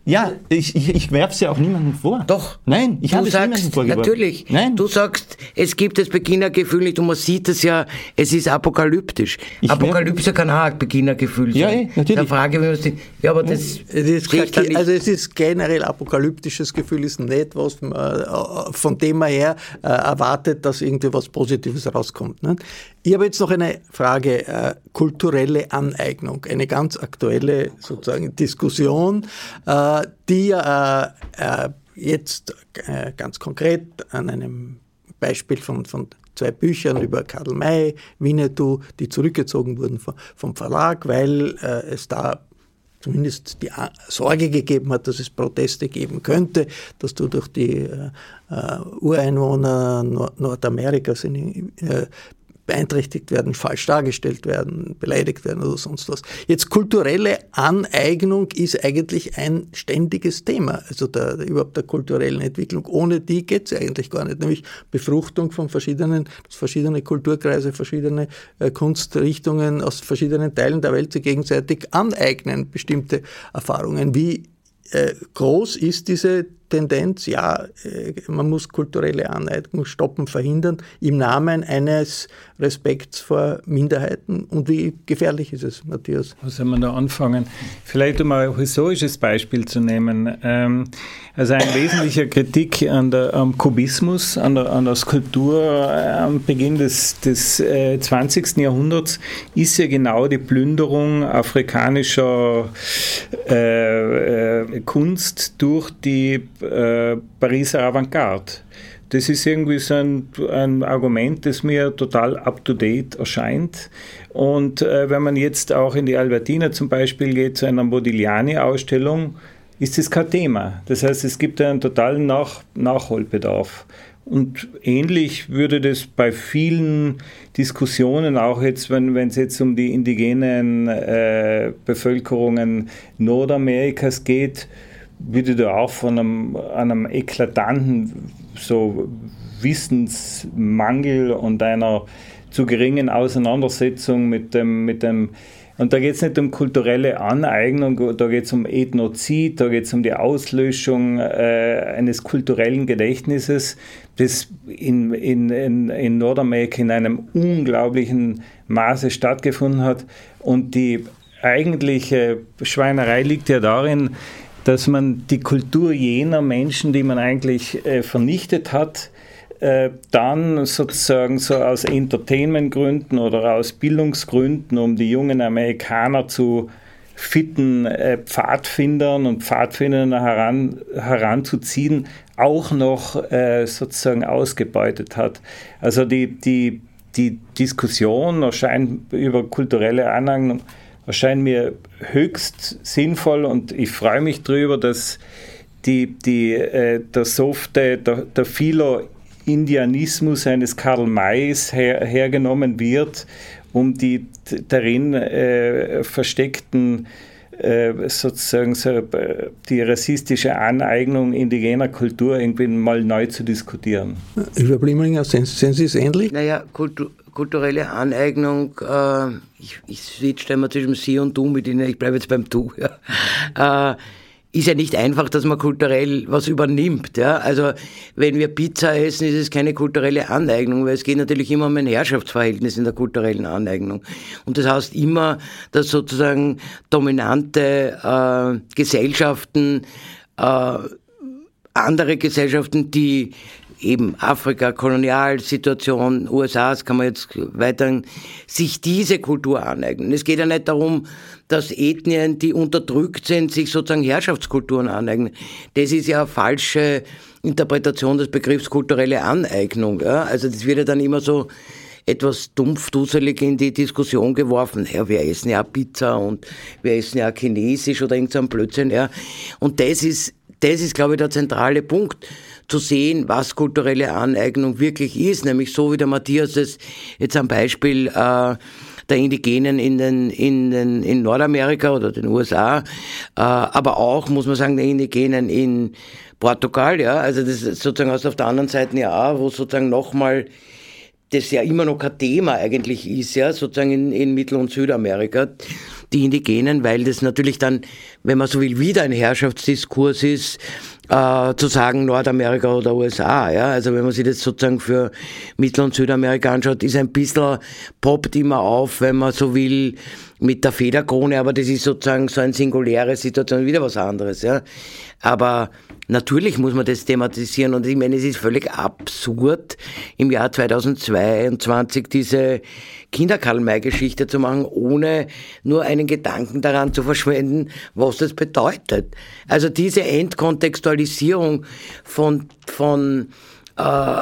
Ja, ich, ich, ich werfe es ja auch niemandem vor. Doch. Nein, ich habe es sagst, niemandem vorgeworfen. Natürlich. Nein. Du sagst, es gibt das Beginnergefühl nicht und man sieht es ja, es ist apokalyptisch. Ich Apokalypse kann auch ein Beginnergefühl sein. Ja, eh, natürlich. Da frage ich mich, was ja, aber das es ist sehe ich da kein, nicht. also es ist generell apokalyptisches Gefühl, ist nicht was man, von dem man her äh, erwartet, dass irgendwie was Positives rauskommt. Ne? Ich habe jetzt noch eine Frage, äh, kulturelle Aneignung, eine ganz aktuelle sozusagen Diskussion, äh, die äh, äh, jetzt äh, ganz konkret an einem Beispiel von, von zwei Büchern über Karl May, Winnetou, die zurückgezogen wurden vom, vom Verlag, weil äh, es da zumindest die Sorge gegeben hat, dass es Proteste geben könnte, dass du durch die äh, Ureinwohner Nord- Nordamerikas in, äh, beeinträchtigt werden, falsch dargestellt werden, beleidigt werden oder sonst was. Jetzt kulturelle Aneignung ist eigentlich ein ständiges Thema, also der, der, überhaupt der kulturellen Entwicklung. Ohne die geht es eigentlich gar nicht, nämlich Befruchtung von verschiedenen, verschiedene Kulturkreise, verschiedene äh, Kunstrichtungen aus verschiedenen Teilen der Welt sich gegenseitig aneignen, bestimmte Erfahrungen. Wie äh, groß ist diese Tendenz? Ja, äh, man muss kulturelle Aneignung stoppen, verhindern, im Namen eines Respekts vor Minderheiten. Und wie gefährlich ist es, Matthias? Wo soll man da anfangen? Vielleicht um ein historisches Beispiel zu nehmen. Ähm, also ein wesentlicher Kritik an der, am Kubismus, an der, an der Skulptur äh, am Beginn des, des äh, zwanzigsten Jahrhunderts ist ja genau die Plünderung afrikanischer äh, äh, Kunst durch die äh, Pariser Avantgarde. Das ist irgendwie so ein, ein Argument, das mir total up-to-date erscheint. Und äh, wenn man jetzt auch in die Albertina zum Beispiel geht, zu einer Modigliani-Ausstellung, ist das kein Thema. Das heißt, es gibt einen totalen Nach- Nachholbedarf. Und ähnlich würde das bei vielen Diskussionen, auch jetzt, wenn es jetzt um die indigenen äh, Bevölkerungen Nordamerikas geht, würde da auch von einem, einem eklatanten so Wissensmangel und einer zu geringen Auseinandersetzung mit dem, mit dem und da geht es nicht um kulturelle Aneignung, da geht es um Ethnozid, da geht es um die Auslöschung äh, eines kulturellen Gedächtnisses, das in, in, in, in Nordamerika in einem unglaublichen Maße stattgefunden hat. Und die eigentliche Schweinerei liegt ja darin, dass man die Kultur jener Menschen, die man eigentlich äh, vernichtet hat, äh, dann sozusagen so aus Entertainmentgründen oder aus Bildungsgründen, um die jungen Amerikaner zu fitten äh, Pfadfindern und Pfadfindern heran, heranzuziehen, auch noch äh, sozusagen ausgebeutet hat. Also die, die, die Diskussion erscheint über kulturelle Aneignung erscheint mir höchst sinnvoll und ich freue mich darüber, dass die, die, äh, der softe, der, der Philo-Indianismus eines Karl Mays her, hergenommen wird, um die darin äh, versteckten äh, sozusagen so, die rassistische Aneignung indigener Kultur irgendwie mal neu zu diskutieren. Über Blimlinger, sehen, sehen Sie es ähnlich? Naja, Kultur, kulturelle Aneignung, äh, ich, ich switche immer zwischen Sie und Du mit Ihnen, ich bleibe jetzt beim Du, ja. äh, ist ja nicht einfach, dass man kulturell was übernimmt. Ja? Also wenn wir Pizza essen, ist es keine kulturelle Aneignung, weil es geht natürlich immer um ein Herrschaftsverhältnis in der kulturellen Aneignung. Und das heißt immer, dass sozusagen dominante äh, Gesellschaften, äh, andere Gesellschaften, die eben Afrika, Kolonialsituation, U S A, das kann man jetzt weiter, sich diese Kultur aneignen. Es geht ja nicht darum, dass Ethnien, die unterdrückt sind, sich sozusagen Herrschaftskulturen aneignen. Das ist ja eine falsche Interpretation des Begriffs kulturelle Aneignung. Ja? Also das wird ja dann immer so etwas dumpfduselig in die Diskussion geworfen. Ja, wir essen ja Pizza und wir essen ja Chinesisch oder irgend so ein Blödsinn. Ja? Und das ist, das ist, glaube ich, der zentrale Punkt, zu sehen, was kulturelle Aneignung wirklich ist, nämlich so wie der Matthias es jetzt am Beispiel äh, der Indigenen in den, in den, in Nordamerika oder den U S A, äh, aber auch, muss man sagen, der Indigenen in Portugal, ja, also das ist sozusagen aus auf der anderen Seite ja auch, wo sozusagen nochmal das ja immer noch kein Thema eigentlich ist, ja, sozusagen in, in Mittel- und Südamerika, die Indigenen, weil das natürlich dann, wenn man so will, wieder ein Herrschaftsdiskurs ist, äh, zu sagen Nordamerika oder U S A, ja, also wenn man sich das sozusagen für Mittel- und Südamerika anschaut, ist ein bisschen, poppt immer auf, wenn man so will, mit der Federkrone, aber das ist sozusagen so eine singuläre Situation, wieder was anderes, ja. Aber natürlich muss man das thematisieren und ich meine, es ist völlig absurd, im Jahr zweitausendzweiundzwanzig diese Kinder-Karl-May-Geschichte zu machen, ohne nur einen Gedanken daran zu verschwenden, was das bedeutet. Also diese Entkontextualisierung von, von, äh,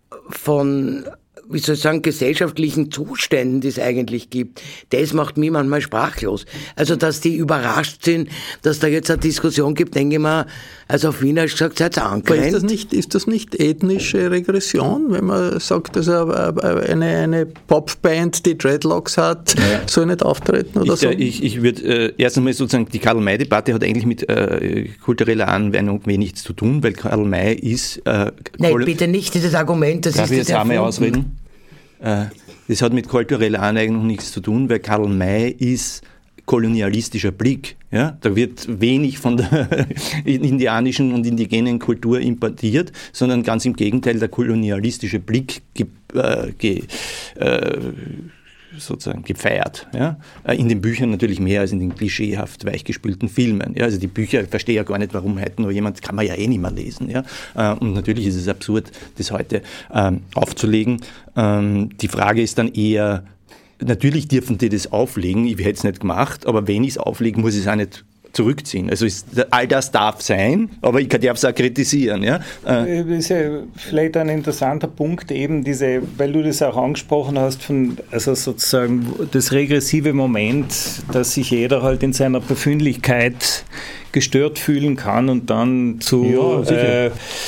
von, wie soll ich sagen, gesellschaftlichen Zuständen, die es eigentlich gibt, das macht mich manchmal sprachlos. Also, dass die überrascht sind, dass da jetzt eine Diskussion gibt, denke ich mir, also auf Wienerisch gesagt, seid ihr angrenzt. Ist das nicht, ist das nicht ethnische Regression, wenn man sagt, dass eine, eine Popband, die Dreadlocks hat, ja, soll nicht auftreten oder ich, so? Ich, ich würde äh, erst einmal sozusagen, die Karl-May-Debatte hat eigentlich mit äh, kultureller Anwendung wenig zu tun, weil Karl May ist... Äh, Nein, bitte nicht dieses Argument, das darf ist ich jetzt das einmal ausreden? Äh, das hat mit kultureller Aneignung nichts zu tun, weil Karl May ist kolonialistischer Blick. Ja? Da wird wenig von der indianischen und indigenen Kultur importiert, sondern ganz im Gegenteil, der kolonialistische Blick ge, äh, ge, äh, sozusagen gefeiert. Ja? In den Büchern natürlich mehr als in den klischeehaft weichgespülten Filmen. Ja? Also die Bücher, ich verstehe ja gar nicht, warum heute nur jemand, kann man ja eh nicht mehr lesen. Ja? Und natürlich ist es absurd, das heute ähm, aufzulegen. Ähm, die Frage ist dann eher, natürlich dürfen die das auflegen, ich hätte es nicht gemacht, aber wenn ich es auflege, muss ich es auch nicht zurückziehen. Also ist, all das darf sein, aber ich darf es auch kritisieren. Ja? Das ist ja vielleicht ein interessanter Punkt, eben diese, weil du das auch angesprochen hast, von, also sozusagen das regressive Moment, dass sich jeder halt in seiner Befindlichkeit gestört fühlen kann und dann zu ja, äh,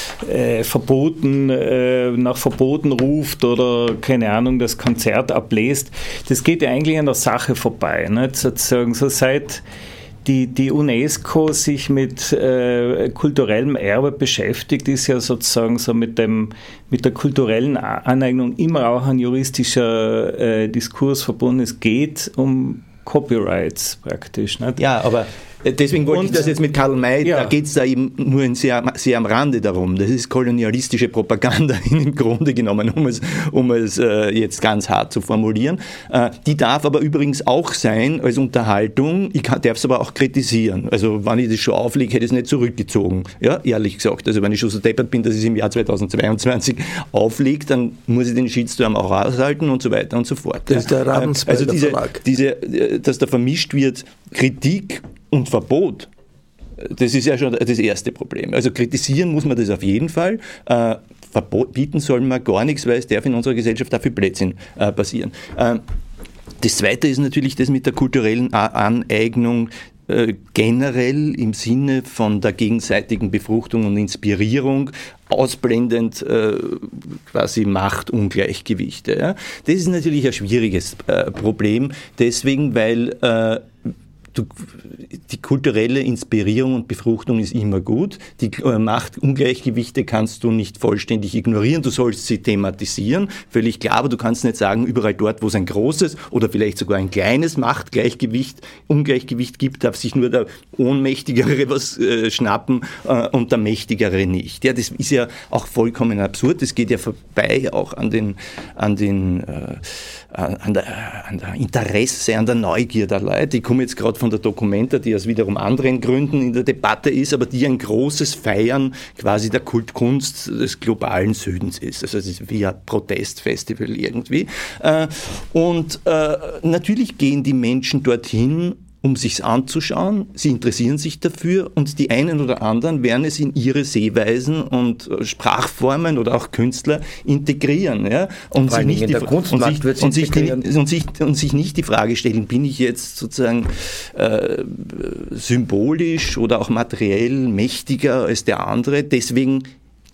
äh, Verboten, äh, nach Verboten ruft oder keine Ahnung, das Konzert abbläst. Das geht ja eigentlich an der Sache vorbei. Nicht? Sozusagen so seit Die, die UNESCO sich mit äh, kulturellem Erbe beschäftigt, ist ja sozusagen so mit dem mit der kulturellen Aneignung immer auch ein juristischer äh, Diskurs verbunden. Es geht um Copyrights praktisch. Nicht? Ja, aber deswegen wollte und, ich das jetzt mit Karl May, ja. Da geht es da eben nur in sehr, sehr am Rande darum. Das ist kolonialistische Propaganda im Grunde genommen, um es, um es äh, jetzt ganz hart zu formulieren. Äh, die darf aber übrigens auch sein als Unterhaltung. Ich darf es aber auch kritisieren. Also wenn ich das schon auflege, hätte ich es nicht zurückgezogen. Ja, ehrlich gesagt. Also wenn ich schon so deppert bin, dass ich es im Jahr zweitausendzweiundzwanzig auflege, dann muss ich den Shitstorm auch aushalten und so weiter und so fort. Das ist der Ravensburger Also diese, Verlag. diese, dass da vermischt wird Kritik und Verbot, das ist ja schon das erste Problem. Also kritisieren muss man das auf jeden Fall. Äh, verbieten soll man gar nichts, weil es darf in unserer Gesellschaft dafür Blödsinn äh, passieren. Äh, das zweite ist natürlich das mit der kulturellen Aneignung äh, generell im Sinne von der gegenseitigen Befruchtung und Inspirierung, ausblendend äh, quasi Machtungleichgewichte. Ja? Das ist natürlich ein schwieriges äh, Problem, deswegen, weil äh, Du, die kulturelle Inspirierung und Befruchtung ist immer gut. Die äh, Machtungleichgewichte kannst du nicht vollständig ignorieren. Du sollst sie thematisieren, völlig klar, aber du kannst nicht sagen, überall dort, wo es ein großes oder vielleicht sogar ein kleines Machtgleichgewicht, Ungleichgewicht gibt, darf sich nur der Ohnmächtigere was äh, schnappen äh, und der Mächtigere nicht. Ja, das ist ja auch vollkommen absurd. Das geht ja vorbei auch an den, an den äh, an der, an der Interesse, an der Neugier der Leute. Ich komme jetzt gerade von der Documenta, die aus wiederum anderen Gründen in der Debatte ist, aber die ein großes Feiern quasi der Kultkunst des globalen Südens ist. Also es ist wie ein Protestfestival irgendwie. Und natürlich gehen die Menschen dorthin, um sich's anzuschauen. Sie interessieren sich dafür und die einen oder anderen werden es in ihre Sehweisen und Sprachformen oder auch Künstler integrieren. Ja? Und, sich nicht, die, und, sich, und, sich die, und, sich, und sich nicht die Frage stellen, bin ich jetzt sozusagen äh, symbolisch oder auch materiell mächtiger als der andere, deswegen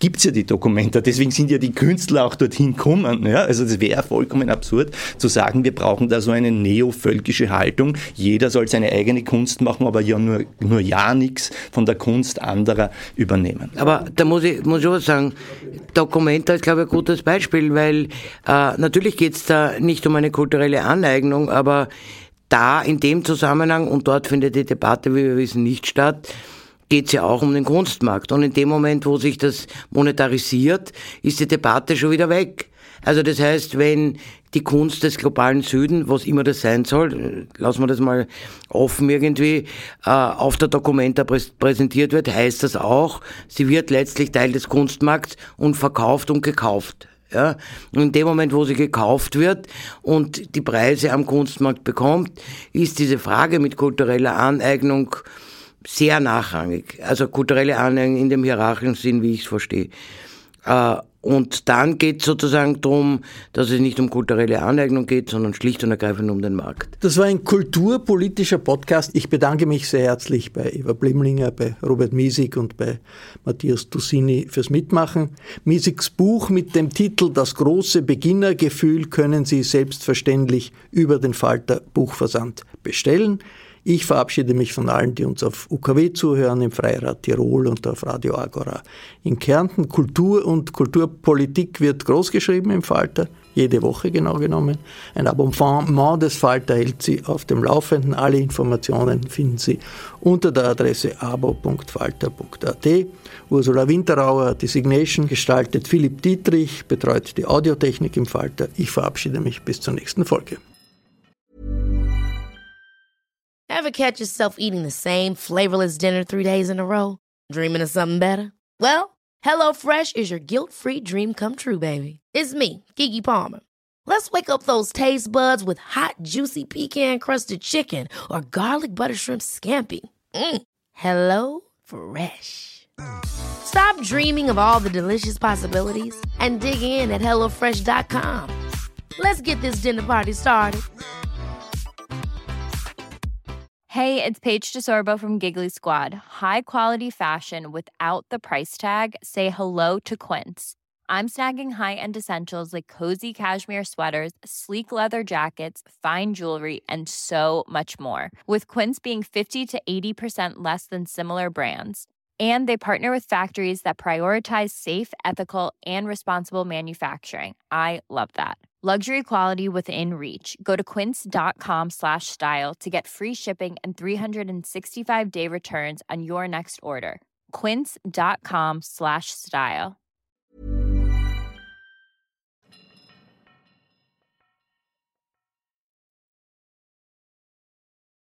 gibt es ja die Dokumenta. Deswegen sind ja die Künstler auch dorthin gekommen. Ja? Also das wäre vollkommen absurd zu sagen, wir brauchen da so eine neovölkische Haltung. Jeder soll seine eigene Kunst machen, aber ja nur, nur ja nichts von der Kunst anderer übernehmen. Aber da muss ich, muss ich auch sagen, Documenta ist, glaube ich, ein gutes Beispiel, weil äh, natürlich geht es da nicht um eine kulturelle Aneignung, aber da in dem Zusammenhang, und dort findet die Debatte, wie wir wissen, nicht statt, geht es ja auch um den Kunstmarkt. Und in dem Moment, wo sich das monetarisiert, ist die Debatte schon wieder weg. Also das heißt, wenn die Kunst des globalen Süden, was immer das sein soll, lassen wir das mal offen irgendwie, äh, auf der Documenta prä- präsentiert wird, heißt das auch, sie wird letztlich Teil des Kunstmarkts und verkauft und gekauft. Ja, und in dem Moment, wo sie gekauft wird und die Preise am Kunstmarkt bekommt, ist diese Frage mit kultureller Aneignung sehr nachrangig. Also kulturelle Aneignung in dem hierarchischen Sinn, wie ich es verstehe. Äh, und dann geht es sozusagen darum, dass es nicht um kulturelle Aneignung geht, sondern schlicht und ergreifend um den Markt. Das war ein kulturpolitischer Podcast. Ich bedanke mich sehr herzlich bei Eva Blimlinger, bei Robert Miesig und bei Matthias Tusini fürs Mitmachen. Miesigs Buch mit dem Titel Das große Beginnergefühl können Sie selbstverständlich über den Falter Buchversand bestellen. Ich verabschiede mich von allen, die uns auf U K W zuhören, im Freirad Tirol und auf Radio Agora in Kärnten. Kultur und Kulturpolitik wird großgeschrieben im Falter, jede Woche genau genommen. Ein Abonnement des Falter hält Sie auf dem Laufenden. Alle Informationen finden Sie unter der Adresse abo punkt falter punkt a t. Ursula Winterauer hat die Signation gestaltet, Philipp Dietrich betreut die Audiotechnik im Falter. Ich verabschiede mich bis zur nächsten Folge. Ever catch yourself eating the same flavorless dinner three days in a row? Dreaming of something better? Well, HelloFresh is your guilt-free dream come true, baby. It's me, Keke Palmer. Let's wake up those taste buds with hot, juicy pecan-crusted chicken or garlic butter shrimp scampi. Mm. Hello Fresh. Stop dreaming of all the delicious possibilities and dig in at hello fresh dot com. Let's get this dinner party started. Hey, it's Paige DeSorbo from Giggly Squad. High quality fashion without the price tag. Say hello to Quince. I'm snagging high-end essentials like cozy cashmere sweaters, sleek leather jackets, fine jewelry, and so much more. With Quince being fifty to eighty percent less than similar brands. And they partner with factories that prioritize safe, ethical, and responsible manufacturing. I love that. Luxury quality within reach. Go to quince.com slash style to get free shipping and three sixty-five day returns on your next order. Quince.com slash style.